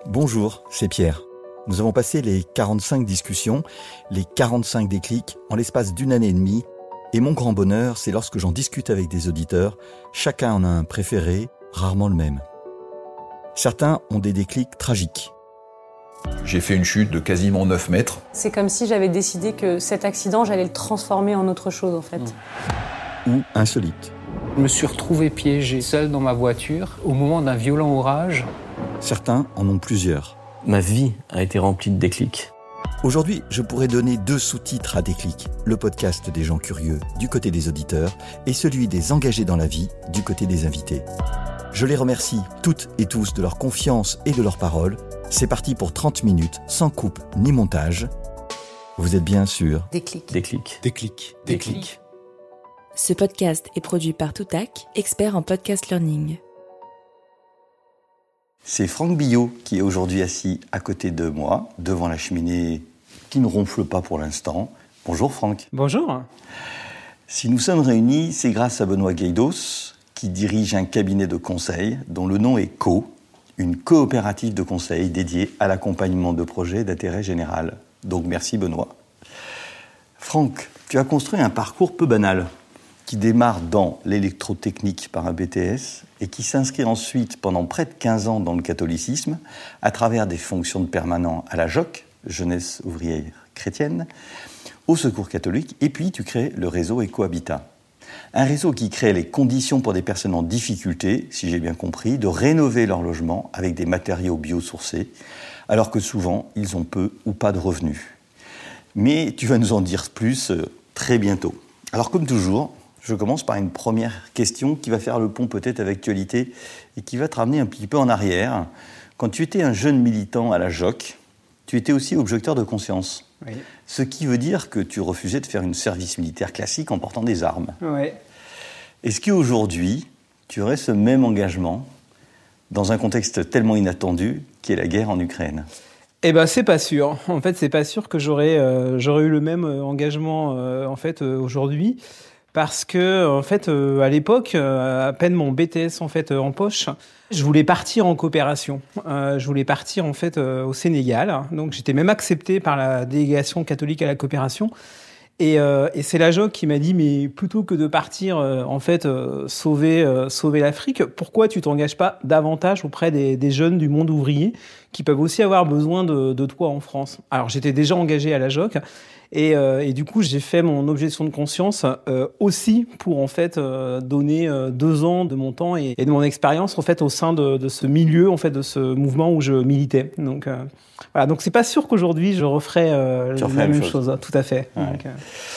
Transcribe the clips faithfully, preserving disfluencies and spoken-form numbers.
Bonjour, c'est Pierre. Nous avons passé les quarante-cinq discussions, les quarante-cinq déclics en l'espace d'une année et demie. Et mon grand bonheur, c'est lorsque j'en discute avec des auditeurs, chacun en a un préféré, rarement le même. Certains ont des déclics tragiques. J'ai fait une chute de quasiment neuf mètres. C'est comme si j'avais décidé que cet accident, j'allais le transformer en autre chose, en fait. Mmh. Ou insolites. Je me suis retrouvé piégé seul dans ma voiture au moment d'un violent orage. Certains en ont plusieurs. Ma vie a été remplie de déclics. Aujourd'hui, je pourrais donner deux sous-titres à Déclic, le podcast des gens curieux du côté des auditeurs et celui des engagés dans la vie du côté des invités. Je les remercie toutes et tous de leur confiance et de leurs paroles. C'est parti pour trente minutes, sans coupe ni montage. Vous êtes bien sûr Déclic. Déclic. Déclic. Déclic. Ce podcast est produit par Toutac, expert en podcast learning. C'est Franck Billot qui est aujourd'hui assis à côté de moi, devant la cheminée qui ne ronfle pas pour l'instant. Bonjour Franck. Bonjour. Si nous sommes réunis, c'est grâce à Benoît Gueidos, qui dirige un cabinet de conseil dont le nom est Co, une coopérative de conseil dédiée à l'accompagnement de projets d'intérêt général. Donc merci Benoît. Franck, tu as construit un parcours peu banal, qui démarre dans l'électrotechnique par un B T S et qui s'inscrit ensuite pendant près de quinze ans dans le catholicisme à travers des fonctions de permanent à la J O C, Jeunesse ouvrière chrétienne, au Secours catholique, et puis tu crées le réseau Ecohabitat. Un réseau qui crée les conditions pour des personnes en difficulté, si j'ai bien compris, de rénover leur logement avec des matériaux biosourcés, alors que souvent ils ont peu ou pas de revenus. Mais tu vas nous en dire plus euh, très bientôt. Alors comme toujours, je commence par une première question qui va faire le pont peut-être avec l'actualité et qui va te ramener un petit peu en arrière. Quand tu étais un jeune militant à la J O C, tu étais aussi objecteur de conscience. Oui. Ce qui veut dire que tu refusais de faire un service militaire classique en portant des armes. Oui. Est-ce qu'aujourd'hui, tu aurais ce même engagement dans un contexte tellement inattendu qui est la guerre en Ukraine ? Eh ben, c'est pas sûr. En fait, c'est pas sûr que j'aurais, euh, j'aurais eu le même engagement euh, en fait euh, aujourd'hui. Parce que, en fait, euh, à l'époque, euh, à peine mon B T S en fait euh, en poche, je voulais partir en coopération. Euh, je voulais partir en fait euh, au Sénégal. Donc, j'étais même accepté par la délégation catholique à la coopération. Et, euh, et c'est la J O C qui m'a dit, mais plutôt que de partir euh, en fait euh, sauver euh, sauver l'Afrique, pourquoi tu t'engages pas davantage auprès des, des jeunes du monde ouvrier qui peuvent aussi avoir besoin de, de toi en France ? Alors, j'étais déjà engagé à la J O C. Et, euh, et du coup, j'ai fait mon objection de conscience euh, aussi pour en fait euh, donner euh, deux ans de mon temps et, et de mon expérience en fait au sein de, de ce milieu en fait de ce mouvement où je militais. Donc euh, voilà, donc c'est pas sûr qu'aujourd'hui je referais euh, la même chose. chose. Tout à fait. Ouais. Donc, euh...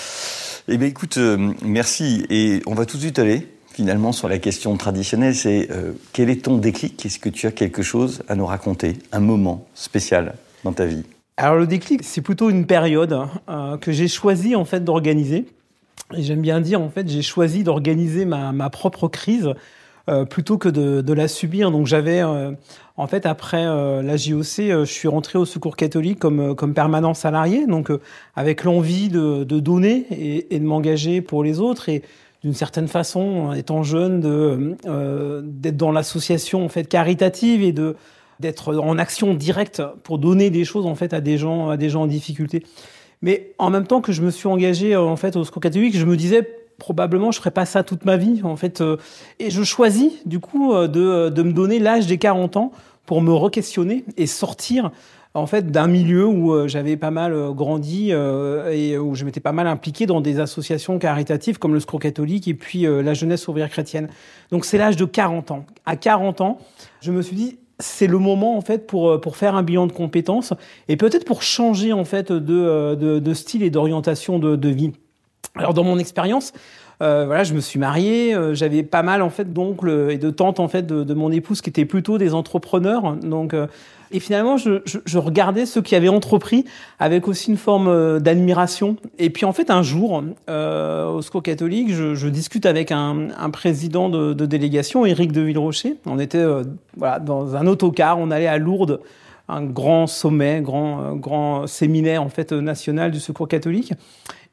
Eh bien, écoute, euh, merci. Et on va tout de suite aller finalement sur la question traditionnelle. C'est euh, quel est ton déclic ? Est-ce que tu as quelque chose à nous raconter, un moment spécial dans ta vie ? Alors le déclic, c'est plutôt une période euh, que j'ai choisi en fait d'organiser. Et j'aime bien dire en fait, j'ai choisi d'organiser ma, ma propre crise euh, plutôt que de, de la subir. Donc j'avais euh, en fait après euh, la J O C, euh, je suis rentré au Secours catholique comme comme permanent salarié, donc euh, avec l'envie de, de donner et, et de m'engager pour les autres et d'une certaine façon, étant jeune, de euh, d'être dans l'association en fait caritative et de d'être en action directe pour donner des choses en fait à des gens à des gens en difficulté. Mais en même temps que je me suis engagé en fait au Secours catholique, je me disais probablement je ferai pas ça toute ma vie en fait euh, et je choisis du coup de de me donner l'âge des quarante ans pour me re-questionner et sortir en fait d'un milieu où j'avais pas mal grandi euh, et où je m'étais pas mal impliqué dans des associations caritatives comme le Secours catholique et puis euh, la Jeunesse ouvrière chrétienne. Donc c'est l'âge de quarante ans. À quarante ans, je me suis dit c'est le moment en fait pour pour faire un bilan de compétences et peut-être pour changer en fait de de, de style et d'orientation de, de vie. Alors dans mon expérience, euh, voilà, je me suis marié, euh, j'avais pas mal en fait d'oncles et de tantes en fait de, de mon épouse qui étaient plutôt des entrepreneurs. Donc euh, et finalement je, je je regardais ceux qui avaient entrepris avec aussi une forme d'admiration. Et puis en fait un jour euh, au Secours catholique, je, je discute avec un, un président de, de délégation, Éric de Villerocher. On était euh, voilà dans un autocar, on allait à Lourdes, un grand sommet, grand euh, grand séminaire en fait national du Secours catholique.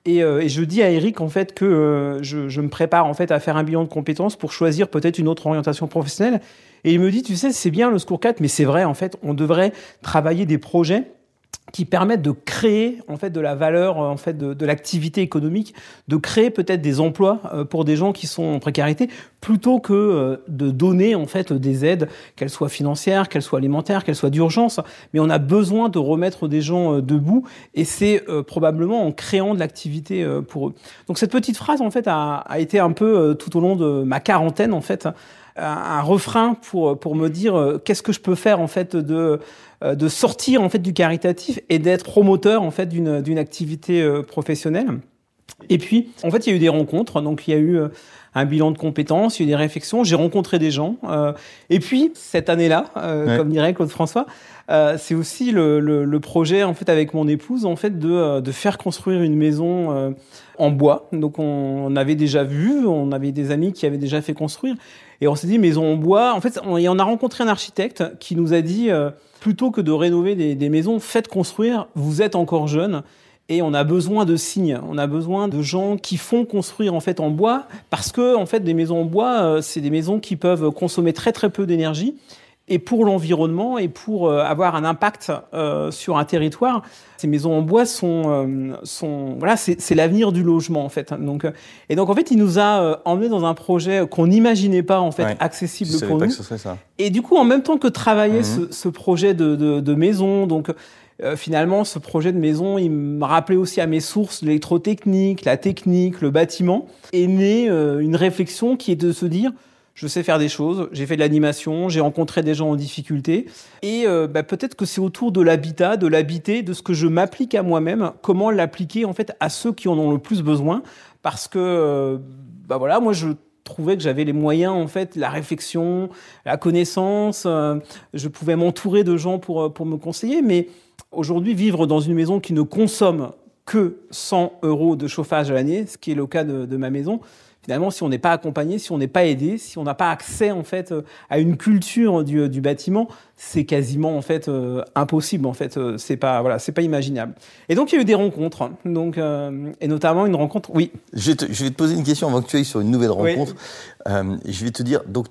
Et, euh, et je dis à Eric en fait que euh, je, je me prépare en fait à faire un bilan de compétences pour choisir peut-être une autre orientation professionnelle. Et il me dit, tu sais, c'est bien le Score quatre, mais c'est vrai en fait, on devrait travailler des projets qui permettent de créer en fait de la valeur en fait de, de l'activité économique, de créer peut-être des emplois euh, pour des gens qui sont en précarité, plutôt que euh, de donner en fait des aides, qu'elles soient financières, qu'elles soient alimentaires, qu'elles soient d'urgence. Mais on a besoin de remettre des gens euh, debout, et c'est euh, probablement en créant de l'activité euh, pour eux. Donc cette petite phrase en fait a, a été un peu euh, tout au long de ma quarantaine en fait un, un refrain pour pour me dire euh, qu'est-ce que je peux faire en fait de de sortir en fait du caritatif et d'être promoteur en fait d'une d'une activité euh, professionnelle. Et puis en fait il y a eu des rencontres, donc il y a eu euh, un bilan de compétences, il y a eu des réflexions, j'ai rencontré des gens. Euh, et puis cette année-là, euh, ouais. comme dirait Claude François, euh, c'est aussi le, le, le projet en fait avec mon épouse en fait de de faire construire une maison euh, en bois. Donc on, on avait déjà vu, on avait des amis qui avaient déjà fait construire, et on s'est dit maison en bois. En fait, on, et on a rencontré un architecte qui nous a dit euh, plutôt que de rénover des, des maisons, faites construire. Vous êtes encore jeune. Et on a besoin de signes, on a besoin de gens qui font construire en fait en bois, parce que en fait des maisons en bois, euh, c'est des maisons qui peuvent consommer très très peu d'énergie, et pour l'environnement et pour euh, avoir un impact euh, sur un territoire, ces maisons en bois sont euh, sont voilà, c'est c'est l'avenir du logement en fait. Donc euh, et donc en fait il nous a euh, emmené dans un projet qu'on n'imaginait pas en fait ouais, accessible pour nous. Pas que ce serait ça. Et du coup en même temps que travailler mmh. ce, ce projet de, de de maison, donc Euh, finalement, ce projet de maison, il me rappelait aussi à mes sources l'électrotechnique, la technique, le bâtiment. Est née euh, une réflexion qui est de se dire, je sais faire des choses, j'ai fait de l'animation, j'ai rencontré des gens en difficulté, et euh, bah, peut-être que c'est autour de l'habitat, de l'habiter, de ce que je m'applique à moi-même, comment l'appliquer en fait à ceux qui en ont le plus besoin, parce que euh, bah voilà, moi je trouvais que j'avais les moyens, en fait, la réflexion, la connaissance, euh, je pouvais m'entourer de gens pour pour me conseiller, mais aujourd'hui, vivre dans une maison qui ne consomme que cent euros de chauffage à l'année, ce qui est le cas de, de ma maison, finalement, si on n'est pas accompagné, si on n'est pas aidé, si on n'a pas accès en fait à une culture du, du bâtiment, c'est quasiment en fait euh, impossible. En fait, euh, c'est pas voilà, c'est pas imaginable. Et donc il y a eu des rencontres, donc euh, et notamment une rencontre. Oui. Je vais, te, je vais te poser une question avant que tu ailles sur une nouvelle rencontre. Oui. Euh, je vais te dire donc.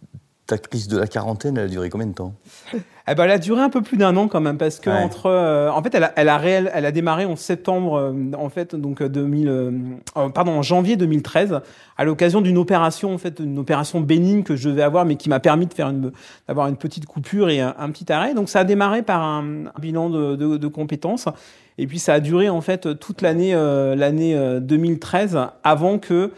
Ta crise de la quarantaine, elle a duré combien de temps ? Eh ben, elle a duré un peu plus d'un an quand même, parce que ouais. entre, euh, en fait, elle a, elle a réel, elle a démarré en septembre, euh, en fait, donc deux mille, euh, pardon, en janvier deux mille treize, à l'occasion d'une opération, en fait, une opération bénigne que je devais avoir, mais qui m'a permis de faire une, d'avoir une petite coupure et un, un petit arrêt. Donc, ça a démarré par un, un bilan de, de, de compétences, et puis ça a duré en fait toute l'année, euh, l'année deux mille treize, avant que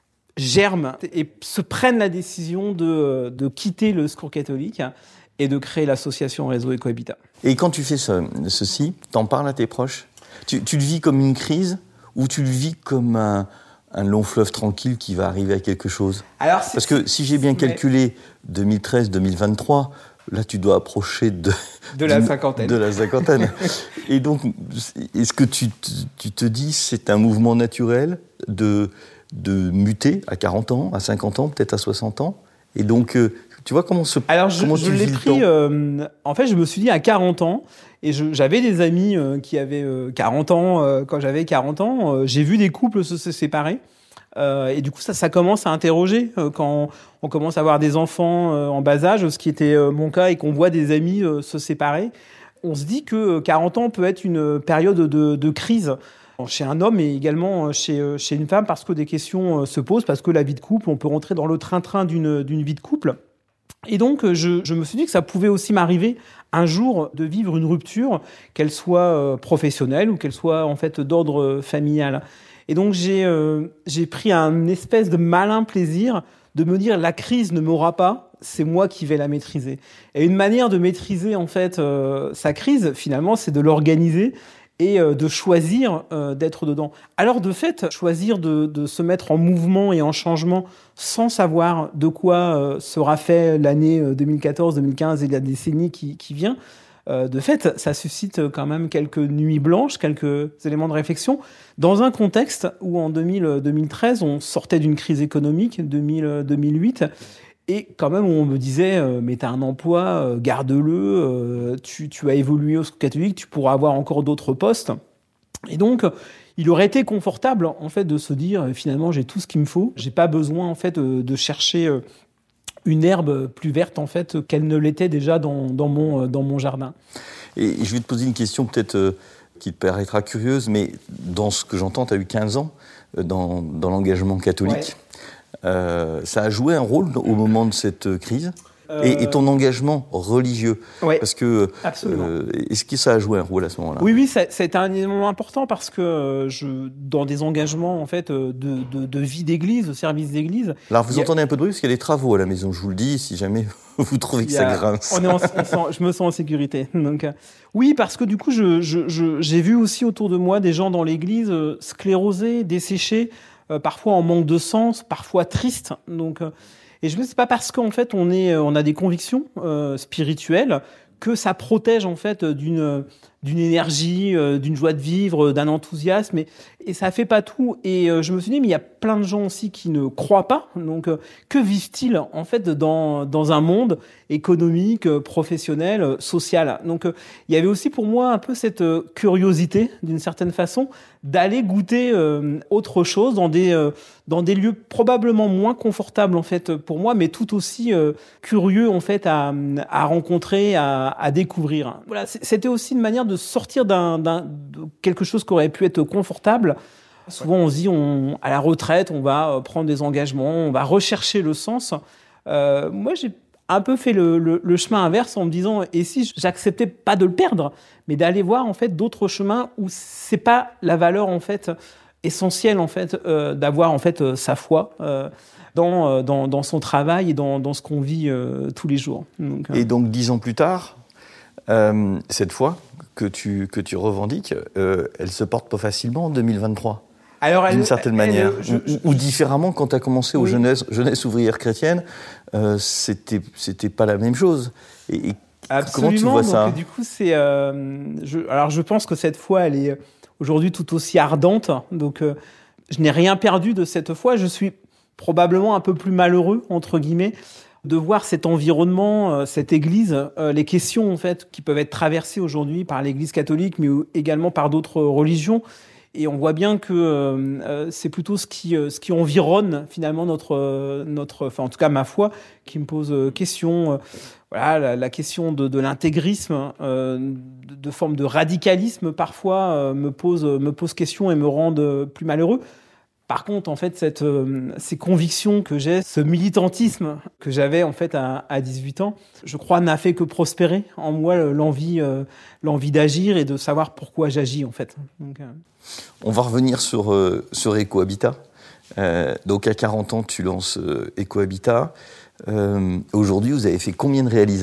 germe et se prennent la décision de, de quitter le Secours catholique et de créer l'association Réseau Ecohabitat. Et quand tu fais ce, ceci, t'en parles à tes proches ? tu, tu le vis comme une crise ou tu le vis comme un, un long fleuve tranquille qui va arriver à quelque chose ? Alors, Parce que si j'ai bien calculé deux mille treize deux mille vingt-trois, là tu dois approcher de, de la cinquantaine. De la cinquantaine. Et donc, est-ce que tu, tu te dis c'est un mouvement naturel de... de muter à quarante ans, à cinquante ans, peut-être à soixante ans. Et donc, euh, tu vois comment se Alors, je, comment je l'ai pris... Euh, en fait, je me suis dit à quarante ans, et je, j'avais des amis euh, qui avaient euh, quarante ans, euh, quand j'avais quarante ans, euh, j'ai vu des couples se, se séparer. Euh, et du coup, ça, ça commence à interroger euh, quand on commence à avoir des enfants euh, en bas âge, ce qui était euh, mon cas, et qu'on voit des amis euh, se séparer. On se dit que quarante ans peut être une période de, de crise chez un homme et également chez, chez une femme, parce que des questions se posent, parce que la vie de couple, on peut rentrer dans le train-train d'une, d'une vie de couple. Et donc, je, je me suis dit que ça pouvait aussi m'arriver un jour de vivre une rupture, qu'elle soit professionnelle ou qu'elle soit en fait d'ordre familial. Et donc, j'ai, euh, j'ai pris un espèce de malin plaisir de me dire la crise ne m'aura pas, c'est moi qui vais la maîtriser. Et une manière de maîtriser en fait euh, sa crise, finalement, c'est de l'organiser et de choisir euh, d'être dedans. Alors de fait, choisir de, de se mettre en mouvement et en changement sans savoir de quoi euh, sera fait l'année deux mille quatorze deux mille quinze et la décennie qui, qui vient, euh, de fait, ça suscite quand même quelques nuits blanches, quelques éléments de réflexion, dans un contexte où en deux mille, deux mille treize, on sortait d'une crise économique, deux mille, deux mille huit, et quand même, on me disait, euh, mais t'as un emploi, euh, garde-le, euh, tu, tu as évolué au Secours catholique, tu pourras avoir encore d'autres postes. Et donc, il aurait été confortable en fait de se dire finalement j'ai tout ce qu'il me faut, j'ai pas besoin en fait de, de chercher une herbe plus verte en fait qu'elle ne l'était déjà dans, dans mon dans mon jardin. Et je vais te poser une question peut-être euh, qui te paraîtra curieuse, mais dans ce que j'entends, tu as eu quinze ans euh, dans, dans l'engagement catholique. Ouais. Euh, ça a joué un rôle au moment de cette crise. Et, et ton engagement religieux, ouais, parce que euh, est-ce que ça a joué un rôle à ce moment-là ? Oui, oui, ça, ça a été un élément important parce que je, dans des engagements en fait de, de, de vie d'église, de service d'église. Alors vous a... entendez un peu de bruit parce qu'il y a des travaux à la maison. Je vous le dis, si jamais vous trouvez que a... ça grince. On est en, on sent, je me sens en sécurité. Donc, euh, oui, parce que du coup, je, je, je, j'ai vu aussi autour de moi des gens dans l'église euh, sclérosés, desséchés, euh, parfois en manque de sens, parfois tristes. Donc euh, Et je me dis, c'est pas parce qu'en fait on est, on a des convictions euh, spirituelles que ça protège en fait d'une d'une énergie, euh, d'une joie de vivre, d'un enthousiasme, et, et ça fait pas tout. Et euh, je me suis dit, mais il y a plein de gens aussi qui ne croient pas. Donc, euh, que vivent-ils en fait dans dans un monde économique, professionnel, social ? Donc, euh, il y avait aussi pour moi un peu cette euh, curiosité, d'une certaine façon, d'aller goûter euh, autre chose dans des euh, dans des lieux probablement moins confortables en fait pour moi, mais tout aussi euh, curieux en fait à à rencontrer, à, à découvrir. Voilà, c'était aussi une manière de sortir d'un, d'un de quelque chose qui aurait pu être confortable. Souvent, on se dit, on, à la retraite, on va prendre des engagements, on va rechercher le sens. Euh, moi, j'ai un peu fait le, le, le chemin inverse en me disant, et si j'acceptais pas de le perdre, mais d'aller voir en fait d'autres chemins où c'est pas la valeur en fait essentielle en fait euh, d'avoir en fait euh, sa foi euh, dans, euh, dans dans son travail et dans dans ce qu'on vit euh, tous les jours. Donc, euh... Et donc dix ans plus tard, euh, cette foi que tu que tu revendiques, euh, elle se porte pas facilement en deux mille vingt-trois. Alors elle, d'une certaine elle, manière, elle, je, je, ou, ou différemment quand tu as commencé oui. aux jeunesse, jeunesse ouvrière chrétienne, euh, c'était c'était pas la même chose. Et, et Absolument, comment tu vois ça ? Donc, du coup, c'est. Euh, je, alors, je pense que cette foi, elle est aujourd'hui tout aussi ardente. Donc, euh, je n'ai rien perdu de cette foi. Je suis probablement un peu plus malheureux entre guillemets de voir cet environnement, euh, cette Église, euh, les questions en fait qui peuvent être traversées aujourd'hui par l'Église catholique, mais également par d'autres religions. Et on voit bien que euh, c'est plutôt ce qui, euh, ce qui environne finalement notre, euh, notre, enfin en tout cas ma foi, qui me pose euh, question. Euh, voilà, la, la question de, de l'intégrisme, euh, de, de forme de radicalisme parfois euh, me pose, me pose question et me rend plus malheureux. Par contre, en fait, cette, euh, ces convictions que j'ai, ce militantisme que j'avais en fait à, à dix-huit ans, je crois n'a fait que prospérer en moi l'envie, euh, l'envie d'agir et de savoir pourquoi j'agis en fait. Donc, euh... On va revenir sur, euh, sur EcoHabitat. Euh, donc à quarante ans, tu lances euh, EcoHabitat. Euh, aujourd'hui, vous avez fait combien de réalisations ?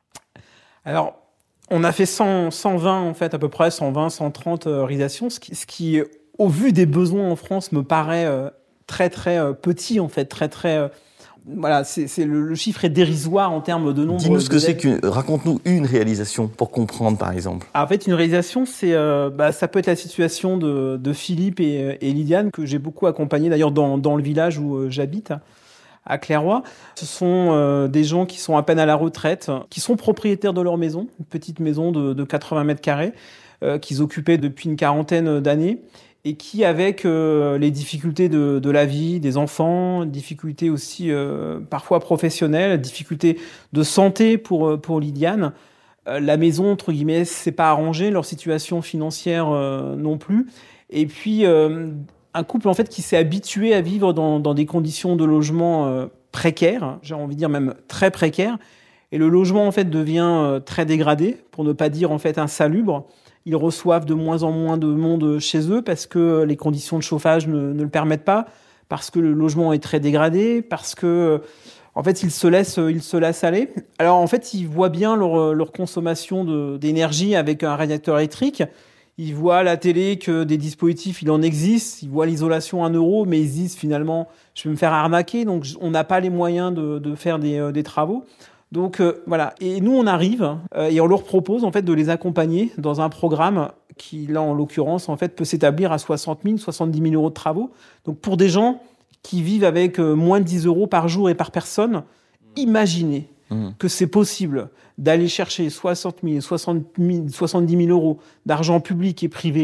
Alors, on a fait cent, cent vingt en fait, à peu près cent vingt, cent trente euh, réalisations, ce qui, ce qui au vu des besoins en France, me paraît euh, très très euh, petit en fait, très très euh, voilà, c'est, c'est le, le chiffre est dérisoire en termes de nombre. Dis-nous ce que c'est qu'une, raconte-nous une réalisation pour comprendre par exemple. Ah, en fait, une réalisation, c'est euh, bah, ça peut être la situation de, de Philippe et, et Lydiane que j'ai beaucoup accompagné d'ailleurs dans dans le village où euh, j'habite. À Clairoy. Ce sont euh, des gens qui sont à peine à la retraite, qui sont propriétaires de leur maison, une petite maison de, de quatre-vingts mètres carrés, euh, qu'ils occupaient depuis une quarantaine d'années, et qui, avec euh, les difficultés de, de la vie, des enfants, difficultés aussi euh, parfois professionnelles, difficultés de santé pour, pour Lydiane, euh, la maison, entre guillemets, s'est pas arrangée, leur situation financière euh, non plus, et puis... Euh, un couple en fait qui s'est habitué à vivre dans, dans des conditions de logement euh, précaires, j'ai envie de dire même très précaires, et le logement en fait devient euh, très dégradé, pour ne pas dire en fait insalubre. Ils reçoivent de moins en moins de monde chez eux parce que les conditions de chauffage ne, ne le permettent pas, parce que le logement est très dégradé, parce que en fait ils se laissent ils se laissent aller. Alors en fait ils voient bien leur, leur consommation de, d'énergie avec un radiateur électrique. Ils voient à la télé que des dispositifs, il en existe. Ils voient l'isolation à un euro, mais ils se disent finalement, je vais me faire arnaquer. Donc, on n'a pas les moyens de, de faire des, euh, des travaux. Donc, euh, voilà. Et nous, on arrive euh, et on leur propose, en fait, de les accompagner dans un programme qui, là, en l'occurrence, en fait, peut s'établir à soixante mille, soixante-dix mille euros de travaux. Donc, pour des gens qui vivent avec euh, moins de dix euros par jour et par personne, imaginez mmh. que c'est possible d'aller chercher soixante mille, soixante mille, soixante-dix mille euros d'argent public et privé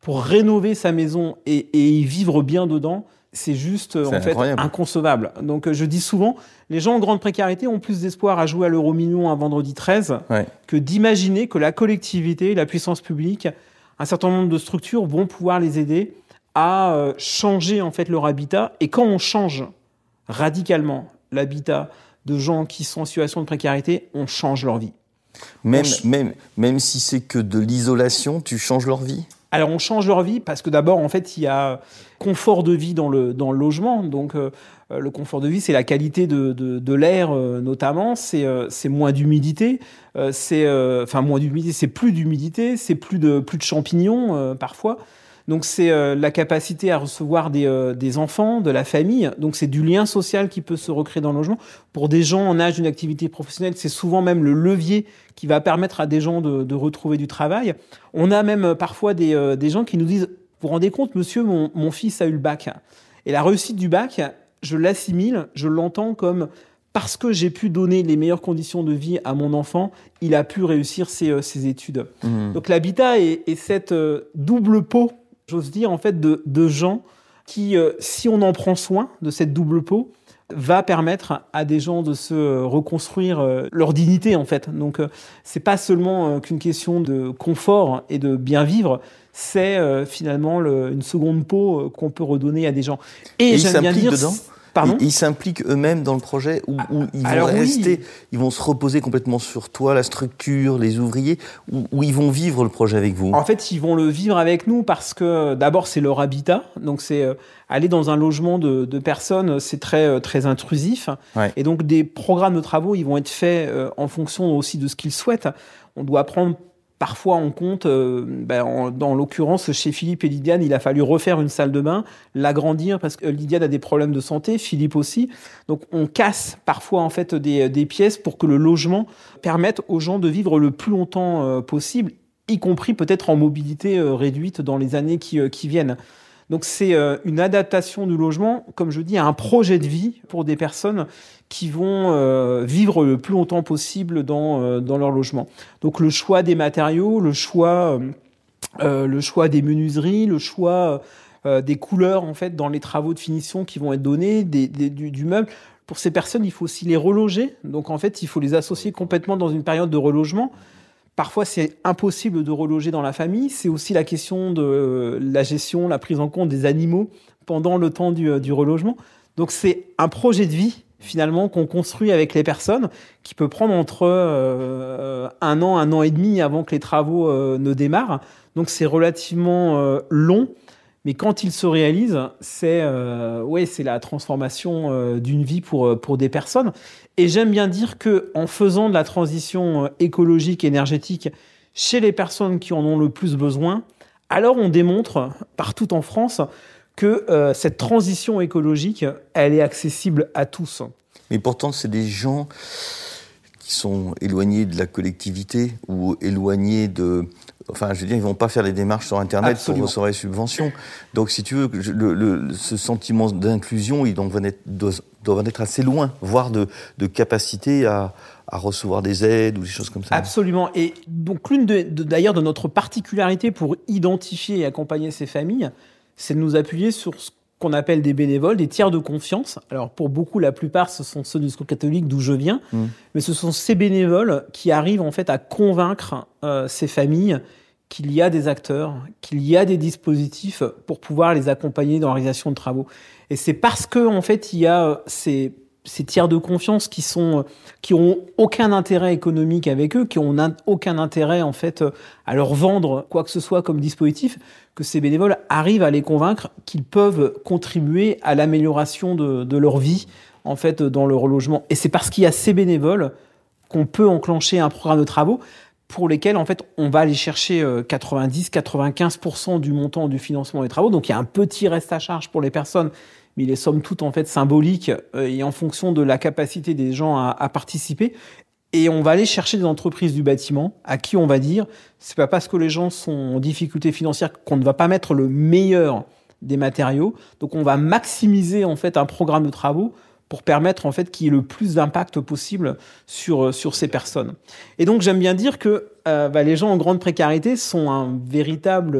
pour rénover sa maison et, et y vivre bien dedans, c'est juste c'est en fait incroyable. Inconcevable. Donc je dis souvent, les gens en grande précarité ont plus d'espoir à jouer à l'euro million un vendredi treize Ouais. que d'imaginer que la collectivité, la puissance publique, un certain nombre de structures vont pouvoir les aider à euh, changer en fait leur habitat. Et quand on change radicalement l'habitat de gens qui sont en situation de précarité, on change leur vie. Même, On- même, même si c'est que de l'isolation, tu changes leur vie. Alors on change leur vie parce que d'abord en fait il y a confort de vie dans le dans le logement. Donc euh, le confort de vie, c'est la qualité de de, de l'air euh, notamment, c'est euh, c'est moins d'humidité, euh, c'est euh, enfin moins d'humidité, c'est plus d'humidité, c'est plus de plus de champignons euh, parfois. Donc c'est euh, la capacité à recevoir des euh, des enfants, de la famille. Donc c'est du lien social qui peut se recréer dans le logement. Pour des gens en âge d'une activité professionnelle, c'est souvent même le levier qui va permettre à des gens de, de retrouver du travail. On a même euh, parfois des, euh, des gens qui nous disent « Vous vous rendez compte, monsieur, mon, mon fils a eu le bac. » Et la réussite du bac, je l'assimile, je l'entends comme « Parce que j'ai pu donner les meilleures conditions de vie à mon enfant, il a pu réussir ses, euh, ses études. Mmh. » Donc l'habitat est, est cette euh, double peau, j'ose dire, en fait, de, de gens qui, euh, si on en prend soin de cette double peau, va permettre à des gens de se reconstruire euh, leur dignité, en fait. Donc, euh, c'est pas seulement euh, qu'une question de confort et de bien vivre, c'est euh, finalement le, une seconde peau euh, qu'on peut redonner à des gens. Et, Et ils j'aime bien s'impliquent dire... dedans ? Pardon ? Ils, ils s'impliquent eux-mêmes dans le projet ou, ou ils vont Alors oui. rester, ils vont se reposer complètement sur toi, la structure, les ouvriers, ou, ou ils vont vivre le projet avec vous ? En fait, ils vont le vivre avec nous parce que d'abord, c'est leur habitat. Donc, c'est euh, aller dans un logement de, de personnes, c'est très, euh, très intrusif. Ouais. Et donc, des programmes de travaux, ils vont être faits euh, en fonction aussi de ce qu'ils souhaitent. On doit prendre parfois en compte, euh, ben, en, dans l'occurrence, chez Philippe et Lydiane, il a fallu refaire une salle de bain, l'agrandir parce que Lydiane a des problèmes de santé, Philippe aussi. Donc, on casse parfois en fait des, des pièces pour que le logement permette aux gens de vivre le plus longtemps euh, possible, y compris peut-être en mobilité euh, réduite dans les années qui, euh, qui viennent. Donc c'est euh, une adaptation du logement, comme je dis, à un projet de vie pour des personnes qui vont euh, vivre le plus longtemps possible dans, euh, dans leur logement. Donc le choix des matériaux, le choix, euh, le choix des menuiseries, le choix euh, des couleurs en fait dans les travaux de finition qui vont être donnés, des, des, du, du meuble. Pour ces personnes, il faut aussi les reloger. Donc en fait, il faut les associer complètement dans une période de relogement. Parfois, c'est impossible de reloger dans la famille. C'est aussi la question de la gestion, la prise en compte des animaux pendant le temps du, du relogement. Donc, c'est un projet de vie, finalement, qu'on construit avec les personnes, qui peut prendre entre euh, un an, un an et demi avant que les travaux euh, ne démarrent. Donc, c'est relativement euh, long. Mais quand il se réalise, c'est euh, ouais, c'est la transformation euh, d'une vie pour pour des personnes. Et j'aime bien dire que en faisant de la transition écologique, énergétique chez les personnes qui en ont le plus besoin, alors on démontre partout en France que euh, cette transition écologique, elle est accessible à tous. Mais pourtant, c'est des gens qui sont éloignés de la collectivité ou éloignés de... Enfin, je veux dire, ils vont pas faire les démarches sur Internet Absolument. pour recevoir les subventions. Donc, si tu veux, le, le, ce sentiment d'inclusion, il doit en être, doit, doit en être assez loin, voire de, de capacité à, à recevoir des aides ou des choses comme ça. Absolument. Et donc, l'une de, de, d'ailleurs de notre particularité pour identifier et accompagner ces familles, c'est de nous appuyer sur ce qu'on appelle des bénévoles, des tiers de confiance. Alors, pour beaucoup, la plupart, ce sont ceux du Secours catholique d'où je viens, mmh. mais ce sont ces bénévoles qui arrivent en fait à convaincre euh, ces familles qu'il y a des acteurs, qu'il y a des dispositifs pour pouvoir les accompagner dans la réalisation de travaux. Et c'est parce que en fait, il y a ces, ces tiers de confiance qui sont, qui ont aucun intérêt économique avec eux, qui ont un, aucun intérêt en fait à leur vendre quoi que ce soit comme dispositif, que ces bénévoles arrivent à les convaincre qu'ils peuvent contribuer à l'amélioration de, de leur vie en fait dans le relogement. Et c'est parce qu'il y a ces bénévoles qu'on peut enclencher un programme de travaux pour lesquels, en fait, on va aller chercher quatre-vingt-dix à quatre-vingt-quinze pour cent du montant du financement des travaux. Donc, il y a un petit reste à charge pour les personnes, mais il est somme toute, en fait, symbolique et en fonction de la capacité des gens à, à participer. Et on va aller chercher des entreprises du bâtiment à qui on va dire, c'est pas parce que les gens sont en difficulté financière qu'on ne va pas mettre le meilleur des matériaux. Donc, on va maximiser, en fait, un programme de travaux pour permettre en fait qu'il y ait le plus d'impact possible sur sur ces personnes. Et donc j'aime bien dire que euh, bah, les gens en grande précarité sont un véritable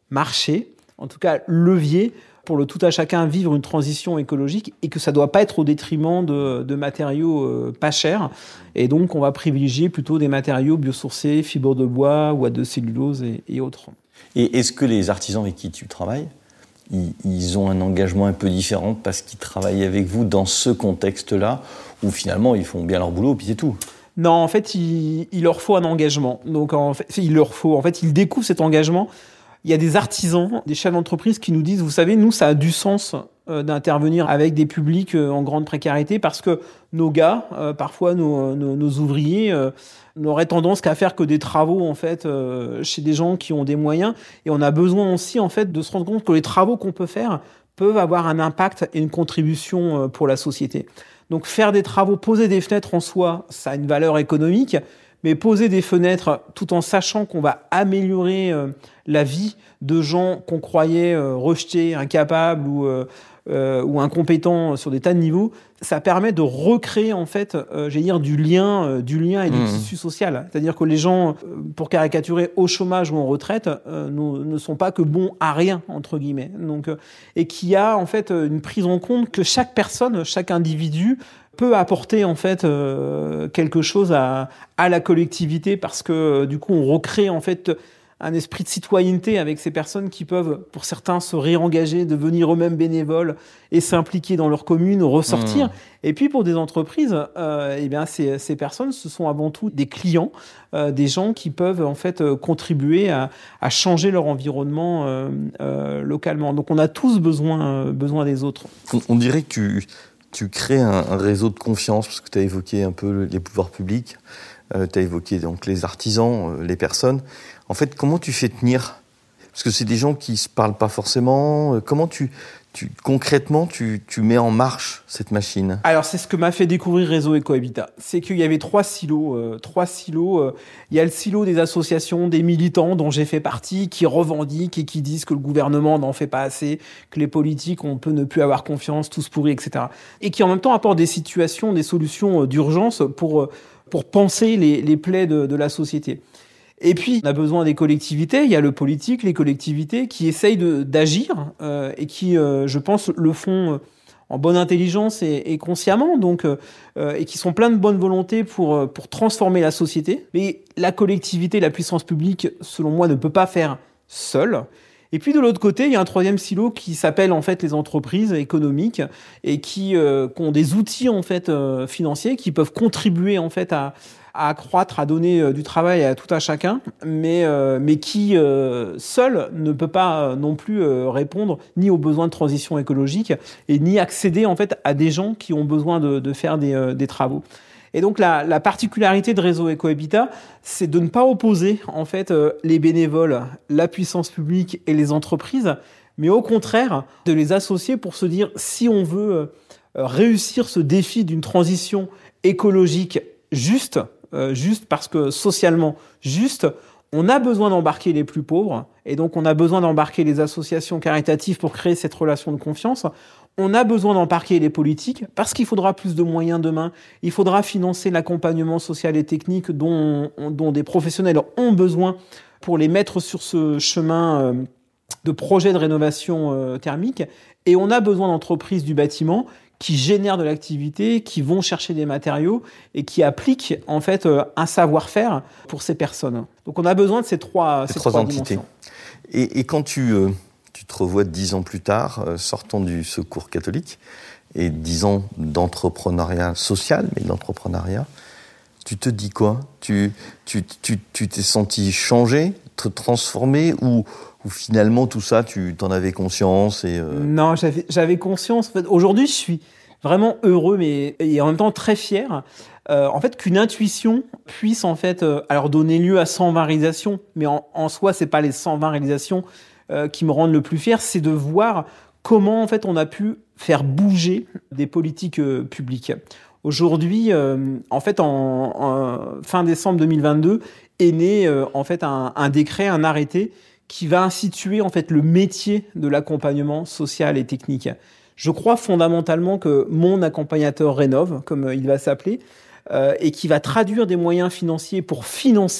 marché, en tout cas levier, pour le tout à chacun vivre une transition écologique et que ça ne doit pas être au détriment de, de matériaux euh, pas chers. Et donc, on va privilégier plutôt des matériaux biosourcés, fibres de bois ou à de cellulose et, et autres. Et est-ce que les artisans avec qui tu travailles, ils, ils ont un engagement un peu différent parce qu'ils travaillent avec vous dans ce contexte-là où finalement ils font bien leur boulot et puis c'est tout? Non, en fait, il, il leur faut un engagement. Donc, en fait, il leur faut, en fait, ils découvrent cet engagement. Il y a des artisans, des chefs d'entreprise qui nous disent, vous savez, nous, ça a du sens euh, d'intervenir avec des publics euh, en grande précarité parce que nos gars, euh, parfois nos, nos, nos ouvriers, euh, n'auraient tendance qu'à faire que des travaux en fait euh, chez des gens qui ont des moyens. Et on a besoin aussi en fait de se rendre compte que les travaux qu'on peut faire peuvent avoir un impact et une contribution euh, pour la société. Donc faire des travaux, poser des fenêtres en soi, ça a une valeur économique. Mais poser des fenêtres tout en sachant qu'on va améliorer euh, la vie de gens qu'on croyait euh, rejetés, incapables ou, euh, euh, ou incompétents sur des tas de niveaux, ça permet de recréer en fait, euh, j'allais dire, du lien, euh, du lien et du mmh. tissu social. C'est-à-dire que les gens, euh, pour caricaturer, au chômage ou en retraite, euh, ne, ne sont pas que bons à rien entre guillemets. Donc, euh, et qu'il y a en fait une prise en compte que chaque personne, chaque individu peut apporter en fait euh, quelque chose à, à la collectivité parce que euh, du coup on recrée en fait un esprit de citoyenneté avec ces personnes qui peuvent pour certains se réengager, devenir eux-mêmes bénévoles et s'impliquer dans leur commune, ressortir. Mmh. Et puis pour des entreprises, euh, eh bien ces, ces personnes ce sont avant tout des clients, euh, des gens qui peuvent en fait euh, contribuer à, à changer leur environnement euh, euh, localement. Donc on a tous besoin euh, besoin des autres. On, on dirait que tu Tu crées un, un réseau de confiance, parce que tu as évoqué un peu les pouvoirs publics, euh, tu as évoqué donc les artisans, euh, les personnes. En fait, comment tu fais tenir? Parce que c'est des gens qui ne se parlent pas forcément. Euh, comment tu, tu, concrètement, tu, tu mets en marche cette machine? Alors, c'est ce que m'a fait découvrir Réseau Ecohabitat. C'est qu'il y avait trois silos. Euh, trois silos. Euh, il y a le silo des associations, des militants dont j'ai fait partie, qui revendiquent et qui disent que le gouvernement n'en fait pas assez, que les politiques, on peut ne plus avoir confiance, tous pourris, et cetera. Et qui en même temps apportent des situations, des solutions d'urgence pour, pour penser les, les plaies de, de la société. Et puis, on a besoin des collectivités. Il y a le politique, les collectivités qui essayent de, d'agir euh, et qui, euh, je pense, le font euh, en bonne intelligence et, et consciemment, donc, euh, et qui sont pleins de bonne volonté pour, pour transformer la société. Mais la collectivité, la puissance publique, selon moi, ne peut pas faire seule. Et puis de l'autre côté, il y a un troisième silo qui s'appelle en fait les entreprises économiques et qui, euh, qui ont des outils en fait euh, financiers qui peuvent contribuer en fait à à accroître, à donner euh, du travail à tout à chacun, mais, euh, mais qui, euh, seul, ne peut pas euh, non plus euh, répondre ni aux besoins de transition écologique et ni accéder en fait à des gens qui ont besoin de, de faire des, euh, des travaux. Et donc la, la particularité de Réseau Ecohabitat, c'est de ne pas opposer en fait euh, les bénévoles, la puissance publique et les entreprises, mais au contraire de les associer pour se dire si on veut euh, réussir ce défi d'une transition écologique juste, Euh, juste parce que socialement juste, on a besoin d'embarquer les plus pauvres et donc on a besoin d'embarquer les associations caritatives pour créer cette relation de confiance. On a besoin d'embarquer les politiques parce qu'il faudra plus de moyens demain. Il faudra financer l'accompagnement social et technique dont, dont des professionnels ont besoin pour les mettre sur ce chemin de projet de rénovation thermique. Et on a besoin d'entreprises du bâtiment qui génèrent de l'activité, qui vont chercher des matériaux et qui appliquent en fait un savoir-faire pour ces personnes. Donc on a besoin de ces trois, ces ces trois, trois entités. dimensions. Et, et quand tu, euh, tu te revois dix ans plus tard, euh, sortant du Secours catholique, et dix ans d'entrepreneuriat social, mais d'entrepreneuriat, tu te dis quoi? Tu, tu, tu, tu t'es senti changé, transformé, ou, ou finalement tout ça, tu t'en avais conscience et euh... Non, j'avais, j'avais conscience. En fait, aujourd'hui, je suis vraiment heureux, mais et en même temps très fier. Euh, en fait, qu'une intuition puisse en fait, euh, alors donner lieu à cent vingt réalisations, mais en, en soi, c'est pas les cent vingt réalisations euh, qui me rendent le plus fier, c'est de voir comment en fait on a pu faire bouger des politiques euh, publiques. Aujourd'hui, euh, en fait, en, en fin décembre deux mille vingt-deux, est né euh, en fait un, un décret, un arrêté qui va instituer en fait le métier de l'accompagnement social et technique. Je crois fondamentalement que mon accompagnateur rénove, comme il va s'appeler, euh, et qui va traduire des moyens financiers pour financer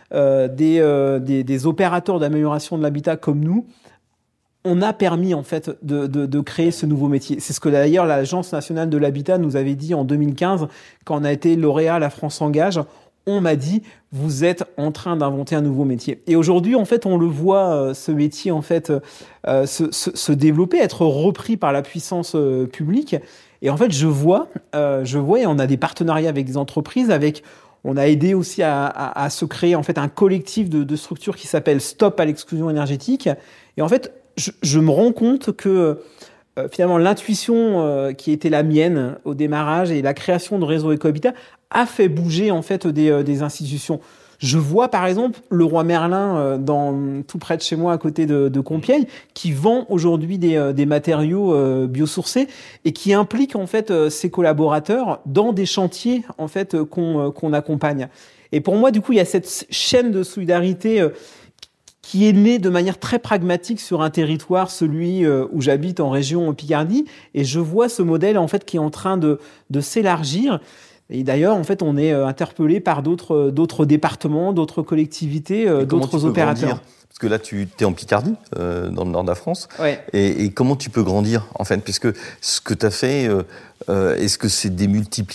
euh, des, euh, des, des opérateurs d'amélioration de l'habitat comme nous, on a permis en fait de, de, de créer ce nouveau métier. C'est ce que d'ailleurs l'Agence nationale de l'habitat nous avait dit en deux mille quinze quand on a été lauréat La France s'engage. On m'a dit vous êtes en train d'inventer un nouveau métier. Et aujourd'hui en fait on le voit euh, ce métier en fait euh, se, se, se développer, être repris par la puissance euh, publique. Et en fait je vois, euh, je vois et on a des partenariats avec des entreprises, avec on a aidé aussi à, à, à se créer en fait un collectif de, de structures qui s'appelle Stop à l'exclusion énergétique. Et en fait je, je me rends compte que euh, finalement l'intuition euh, qui était la mienne au démarrage et la création de réseau Ecohabitat a fait bouger en fait des, euh, des institutions. Je vois par exemple Leroy Merlin euh, dans tout près de chez moi à côté de, de Compiègne qui vend aujourd'hui des, euh, des matériaux euh, biosourcés et qui implique en fait euh, ses collaborateurs dans des chantiers en fait euh, qu'on, euh, qu'on accompagne. Et pour moi du coup il y a cette chaîne de solidarité euh, qui est née de manière très pragmatique sur un territoire, celui euh, où j'habite en région Picardie, et je vois ce modèle en fait qui est en train de, de s'élargir. Et d'ailleurs, en fait, on est interpellé par d'autres, d'autres départements, d'autres collectivités, euh, d'autres opérateurs. Grandir ? Parce que là, tu es en Picardie, euh, dans le nord de la France. Ouais. Et, et comment tu peux grandir, en fait ? Puisque ce que tu as fait, euh, euh, est-ce que c'est démultipliable ?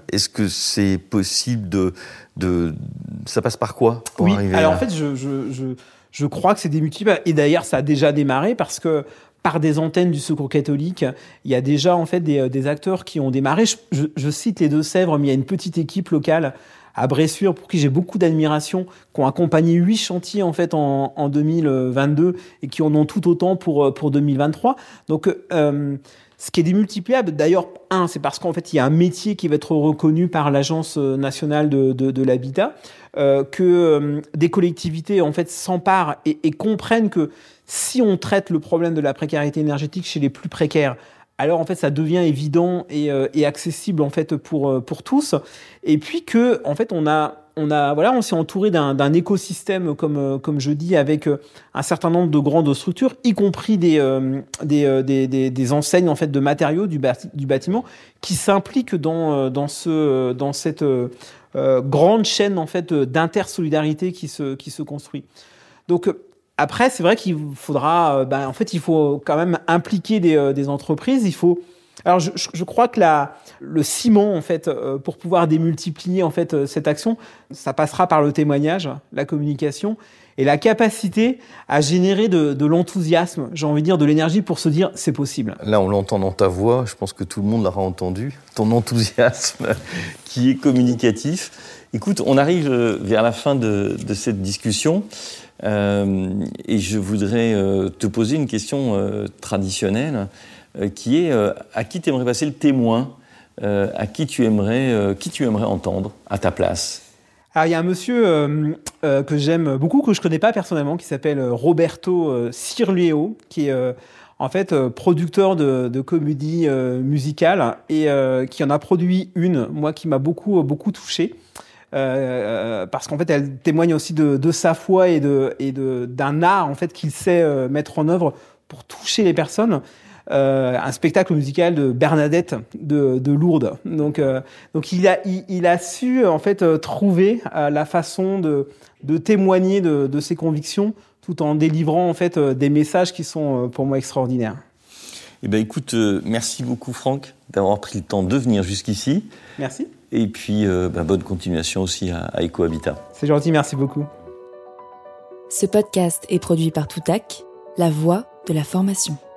Est-ce que c'est possible de, de... Ça passe par quoi pour oui, arriver alors à... en fait, je, je, je, je crois que c'est démultipliable. Et d'ailleurs, ça a déjà démarré parce que par des antennes du Secours catholique, il y a déjà en fait des, des acteurs qui ont démarré. Je, je, je cite les Deux-Sèvres, mais il y a une petite équipe locale à Bressuire pour qui j'ai beaucoup d'admiration, qui ont accompagné huit chantiers en fait en, en deux mille vingt-deux et qui en ont tout autant pour pour deux mille vingt-trois. Donc euh, ce qui est démultipliable, d'ailleurs, un, c'est parce qu'en fait il y a un métier qui va être reconnu par l'Agence nationale de, de, de l'habitat, euh, que euh, des collectivités en fait s'emparent et, et comprennent que si on traite le problème de la précarité énergétique chez les plus précaires, alors en fait ça devient évident et, euh, et accessible en fait pour pour tous. Et puis que en fait on a on a voilà on s'est entouré d'un, d'un écosystème comme comme je dis avec un certain nombre de grandes structures, y compris des euh, des, euh, des des des enseignes en fait de matériaux du, bâti, du bâtiment qui s'impliquent dans dans ce dans cette euh, grande chaîne en fait d'intersolidarité qui se qui se construit. Donc après, c'est vrai qu'il faudra, ben, en fait, il faut quand même impliquer des, euh, des entreprises. Il faut, alors, je, je crois que la, le ciment, en fait, euh, pour pouvoir démultiplier en fait euh, cette action, ça passera par le témoignage, la communication et la capacité à générer de, de l'enthousiasme, j'ai envie de dire, de l'énergie pour se dire c'est possible. Là, on l'entend dans ta voix. Je pense que tout le monde l'aura entendu. Ton enthousiasme qui est communicatif. Écoute, on arrive vers la fin de, de cette discussion. Euh, et je voudrais euh, te poser une question euh, traditionnelle euh, qui est euh, à qui tu aimerais passer le témoin, euh, à qui tu aimerais, euh, qui tu aimerais entendre à ta place. Alors il y a un monsieur euh, euh, que j'aime beaucoup, que je connais pas personnellement, qui s'appelle Roberto euh, Cirleo, qui est euh, en fait euh, producteur de, de comédie euh, musicale et euh, qui en a produit une, moi qui m'a beaucoup beaucoup touché. Euh, parce qu'en fait, elle témoigne aussi de, de sa foi et de et de d'un art en fait qu'il sait euh, mettre en œuvre pour toucher les personnes. Euh, un spectacle musical de Bernadette de, de Lourdes. Donc, euh, donc il a il, il a su en fait euh, trouver euh, la façon de de témoigner de, de ses convictions, tout en délivrant en fait euh, des messages qui sont euh, pour moi extraordinaires. Eh ben écoute, euh, merci beaucoup Franck d'avoir pris le temps de venir jusqu'ici. Merci. Et puis, euh, bah, bonne continuation aussi à, à Ecohabitat. C'est gentil, merci beaucoup. Ce podcast est produit par Toutac, la voix de la formation.